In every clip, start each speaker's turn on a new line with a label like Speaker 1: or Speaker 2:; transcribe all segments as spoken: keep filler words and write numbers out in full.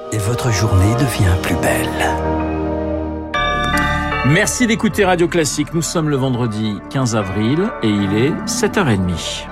Speaker 1: et votre journée devient plus belle.
Speaker 2: Merci d'écouter Radio Classique. Nous sommes le vendredi quinze avril et il est sept heures trente.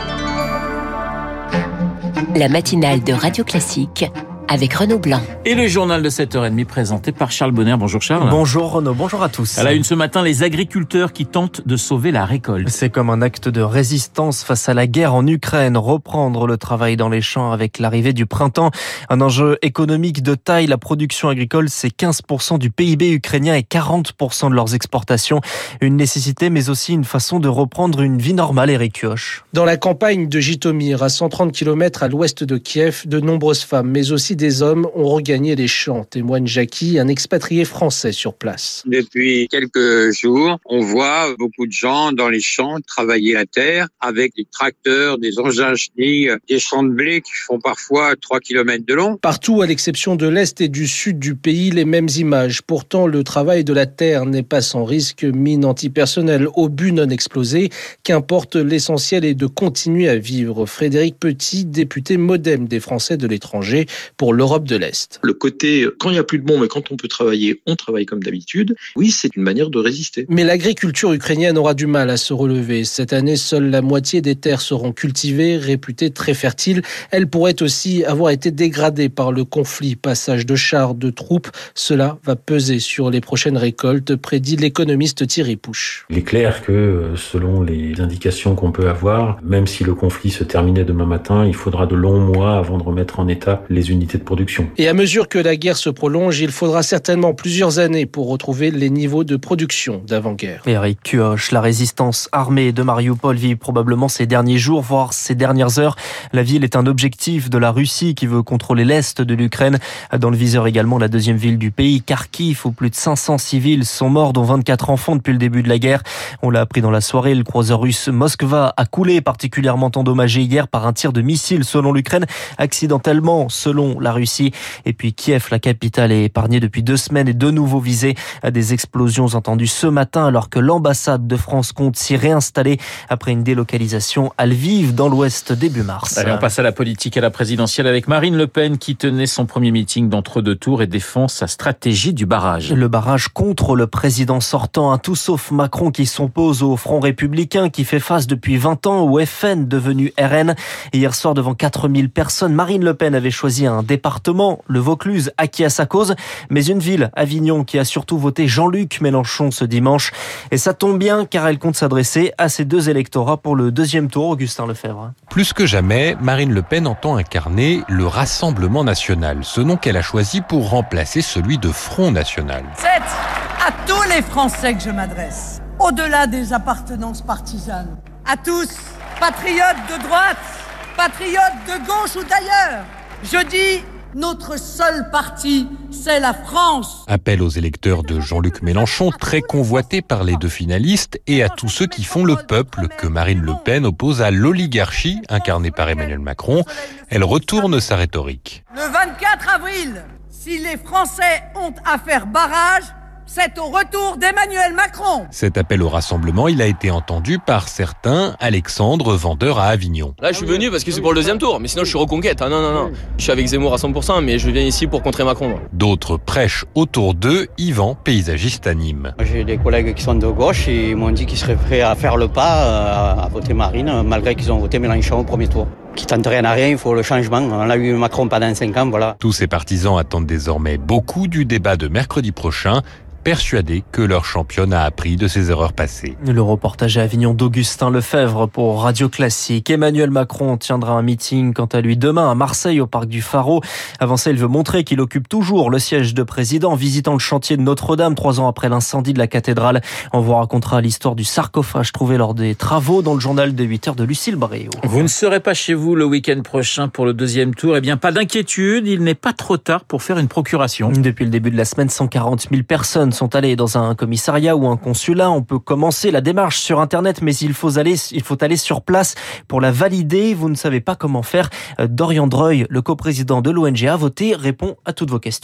Speaker 3: La matinale de Radio Classique avec Renaud Blanc.
Speaker 2: Et le journal de sept heures trente présenté par Charles Bonner. Bonjour Charles.
Speaker 4: Bonjour Renaud, bonjour à tous.
Speaker 2: À la une ce matin, les agriculteurs qui tentent de sauver la récolte.
Speaker 4: C'est comme un acte de résistance face à la guerre en Ukraine. Reprendre le travail dans les champs avec l'arrivée du printemps. Un enjeu économique de taille. La production agricole, c'est quinze pour cent du P I B ukrainien et quarante pour cent de leurs exportations. Une nécessité, mais aussi une façon de reprendre une vie normale, Éric Kioch.
Speaker 5: Dans la campagne de Jitomir, à cent trente kilomètres à l'ouest de Kiev, de nombreuses femmes, mais aussi des hommes ont regagné les champs, témoigne Jackie, un expatrié français sur place.
Speaker 6: Depuis quelques jours, on voit beaucoup de gens dans les champs travailler la terre avec des tracteurs, des engins chenilles, des champs de blé qui font parfois trois kilomètres de long.
Speaker 5: Partout, à l'exception de l'est et du sud du pays, les mêmes images. Pourtant, le travail de la terre n'est pas sans risque. Mine antipersonnelle, obus non explosés. Qu'importe, l'essentiel est de continuer à vivre. Frédéric Petit, député MoDem des Français de l'étranger pour l'Europe de l'Est.
Speaker 7: Le côté, quand il n'y a plus de bombes et quand on peut travailler, on travaille comme d'habitude. Oui, c'est une manière de résister.
Speaker 5: Mais l'agriculture ukrainienne aura du mal à se relever. Cette année, seule la moitié des terres seront cultivées, réputées très fertiles. Elles pourraient aussi avoir été dégradées par le conflit. Passage de chars, de troupes, cela va peser sur les prochaines récoltes, prédit l'économiste Thierry Pouche.
Speaker 8: Il est clair que, selon les indications qu'on peut avoir, même si le conflit se terminait demain matin, il faudra de longs mois avant de remettre en état les unités de production.
Speaker 5: Et à mesure que la guerre se prolonge, il faudra certainement plusieurs années pour retrouver les niveaux de production d'avant-guerre.
Speaker 4: Éric Kioch, la résistance armée de Mariupol vit probablement ces derniers jours, voire ces dernières heures. La ville est un objectif de la Russie qui veut contrôler l'est de l'Ukraine. Dans le viseur également la deuxième ville du pays, Kharkiv, où plus de cinq cents civils sont morts, dont vingt-quatre enfants depuis le début de la guerre. On l'a appris dans la soirée, le croiseur russe Moskva a coulé, particulièrement endommagé hier par un tir de missile selon l'Ukraine, accidentellement selon la Russie. Et puis Kiev, la capitale, est épargnée depuis deux semaines et de nouveau visée à des explosions entendues ce matin alors que l'ambassade de France compte s'y réinstaller après une délocalisation à Lviv dans l'ouest début mars.
Speaker 2: Allez, on passe à la politique, à la présidentielle avec Marine Le Pen qui tenait son premier meeting d'entre-deux tours et défend sa stratégie du barrage.
Speaker 4: Le barrage contre le président sortant, un tout sauf Macron qui s'oppose au Front républicain qui fait face depuis vingt ans au F N devenu R N. Hier soir devant quatre mille personnes, Marine Le Pen avait choisi un département, le Vaucluse, acquis à sa cause, mais une ville, Avignon, qui a surtout voté Jean-Luc Mélenchon ce dimanche. Et ça tombe bien car elle compte s'adresser à ces deux électorats pour le deuxième tour, Augustin Lefebvre.
Speaker 9: Plus que jamais, Marine Le Pen entend incarner le Rassemblement national, ce nom qu'elle a choisi pour remplacer celui de Front national.
Speaker 10: C'est à tous les Français que je m'adresse, au-delà des appartenances partisanes. À tous, patriotes de droite, patriotes de gauche ou d'ailleurs. Je dis, notre seul parti, c'est la France.
Speaker 9: Appel aux électeurs de Jean-Luc Mélenchon, très convoité par les deux finalistes, et à tous ceux qui font le peuple, que Marine Le Pen oppose à l'oligarchie, incarnée par Emmanuel Macron. Elle retourne sa rhétorique.
Speaker 10: Le vingt-quatre avril, si les Français ont à faire barrage, c'est au retour d'Emmanuel Macron.
Speaker 9: Cet appel au rassemblement, il a été entendu par certains. Alexandre, vendeur à Avignon.
Speaker 11: Là, je suis venu parce que c'est pour le deuxième tour, mais sinon je suis reconquête. Ah non, non, non. Je suis avec Zemmour à cent pour cent, mais je viens ici pour contrer Macron.
Speaker 9: D'autres prêchent autour d'eux. Yvan, paysagiste à Nîmes.
Speaker 12: J'ai des collègues qui sont de gauche et ils m'ont dit qu'ils seraient prêts à faire le pas, à voter Marine, malgré qu'ils ont voté Mélenchon au premier tour. Qui tente rien à rien, il faut le changement. On a eu Macron pendant cinq ans, voilà.
Speaker 9: Tous ces partisans attendent désormais beaucoup du débat de mercredi prochain, persuadés que leur championne a appris de ses erreurs passées.
Speaker 4: Le reportage à Avignon d'Augustin Lefebvre pour Radio Classique. Emmanuel Macron tiendra un meeting quant à lui demain à Marseille au parc du Pharo. Avant ça, il veut montrer qu'il occupe toujours le siège de président en visitant le chantier de Notre-Dame trois ans après l'incendie de la cathédrale. On vous racontera l'histoire du sarcophage trouvé lors des travaux dans le journal de huit heures de Lucille Bréau.
Speaker 2: Vous ne serez pas chez vous le week-end prochain pour le deuxième tour. Eh bien, pas d'inquiétude, il n'est pas trop tard pour faire une procuration.
Speaker 4: Depuis le début de la semaine, cent quarante mille personnes sont allés dans un commissariat ou un consulat. On peut commencer la démarche sur Internet, mais il faut aller, il faut aller sur place pour la valider. Vous ne savez pas comment faire. Dorian Dreuil, le coprésident de l'O N G A Voter, répond à toutes vos questions.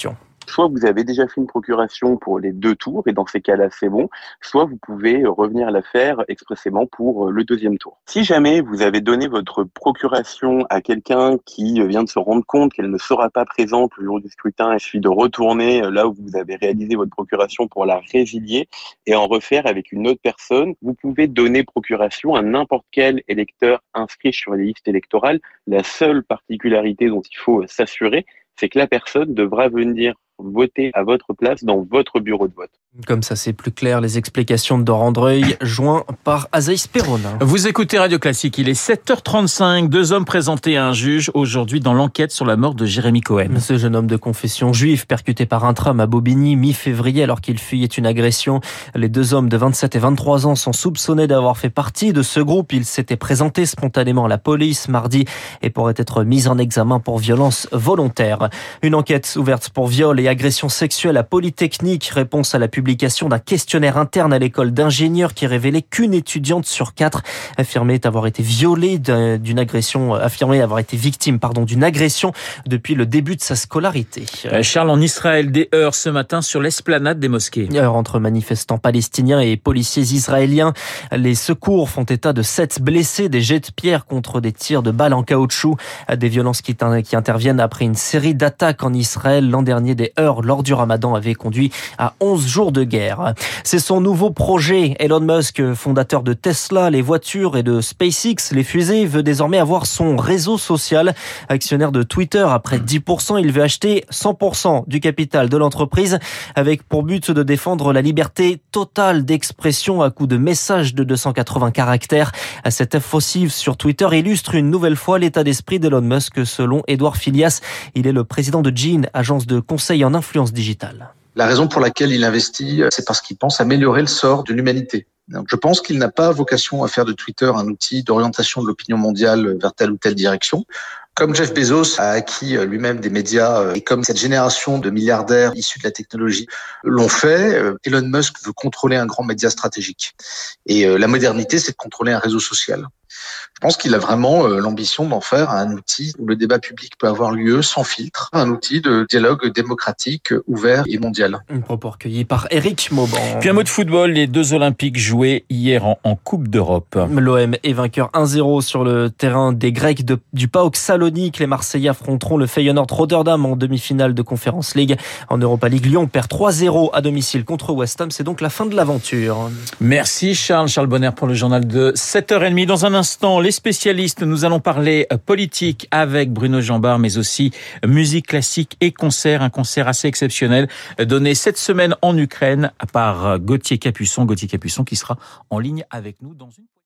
Speaker 13: Soit vous avez déjà fait une procuration pour les deux tours, et dans ces cas-là, c'est bon. Soit vous pouvez revenir la faire expressément pour le deuxième tour. Si jamais vous avez donné votre procuration à quelqu'un qui vient de se rendre compte qu'elle ne sera pas présente le jour du scrutin, il suffit de retourner là où vous avez réalisé votre procuration pour la résilier et en refaire avec une autre personne. Vous pouvez donner procuration à n'importe quel électeur inscrit sur les listes électorales. La seule particularité dont il faut s'assurer, c'est que la personne devra venir voter à votre place dans votre bureau de vote.
Speaker 4: Comme ça, c'est plus clair. Les explications de Doran Dreuil, joint par Azaïs Perron.
Speaker 2: Vous écoutez Radio Classique, il est sept heures trente-cinq. Deux hommes présentés à un juge aujourd'hui dans l'enquête sur la mort de Jérémy Cohen.
Speaker 4: Ce jeune homme de confession juive percuté par un tram à Bobigny mi-février alors qu'il fuyait une agression. Les deux hommes de vingt-sept et vingt-trois ans sont soupçonnés d'avoir fait partie de ce groupe. Ils s'étaient présentés spontanément à la police mardi et pourraient être mis en examen pour violence volontaire. Une enquête ouverte pour viol et agression sexuelle à Polytechnique. Réponse à la publication d'un questionnaire interne à l'école d'ingénieurs qui révélait qu'une étudiante sur quatre affirmait avoir été violée d'une agression, affirmait avoir été victime, pardon, d'une agression depuis le début de sa scolarité.
Speaker 2: Charles, en Israël, des heurts ce matin sur l'esplanade des mosquées.
Speaker 4: Heurts entre manifestants palestiniens et policiers israéliens. Les secours font état de sept blessés, des jets de pierre contre des tirs de balles en caoutchouc. Des violences qui, qui interviennent après une série d'attaques en Israël. L'an dernier, des heurts lors du Ramadan avaient conduit à onze jours de guerre. C'est son nouveau projet. Elon Musk, fondateur de Tesla, les voitures et de SpaceX, les fusées, veut désormais avoir son réseau social. Actionnaire de Twitter, après dix pour cent, il veut acheter cent pour cent du capital de l'entreprise avec pour but de défendre la liberté totale d'expression à coup de messages de deux cent quatre-vingts caractères. Cette offensive sur Twitter illustre une nouvelle fois l'état d'esprit d'Elon Musk selon Édouard Filias. Il est le président de Gene, agence de conseil en influence digitale.
Speaker 14: La raison pour laquelle il investit, c'est parce qu'il pense améliorer le sort de l'humanité. Je pense qu'il n'a pas vocation à faire de Twitter un outil d'orientation de l'opinion mondiale vers telle ou telle direction. Comme Jeff Bezos a acquis lui-même des médias et comme cette génération de milliardaires issus de la technologie l'ont fait, Elon Musk veut contrôler un grand média stratégique. Et la modernité, c'est de contrôler un réseau social. Je pense qu'il a vraiment l'ambition d'en faire un outil où le débat public peut avoir lieu sans filtre, un outil de dialogue démocratique, ouvert et mondial.
Speaker 4: Un propos recueilli par Éric Mauban.
Speaker 2: Puis un mot de football, les deux Olympiques joués hier en, en Coupe d'Europe.
Speaker 4: L'O M est vainqueur un zéro sur le terrain des Grecs de, du PAOK Salonique. Les Marseillais affronteront le Feyenoord Rotterdam en demi-finale de Conference League. En Europa League, Lyon perd trois zéro à domicile contre West Ham. C'est donc la fin de l'aventure.
Speaker 2: Merci Charles. Charles Bonner pour le journal de sept heures trente. Dans un instant, les spécialistes, nous allons parler politique avec Bruno Jambard, mais aussi musique classique et concert. Un concert assez exceptionnel donné cette semaine en Ukraine par Gauthier Capuçon. Gauthier Capuçon qui sera en ligne avec nous dans une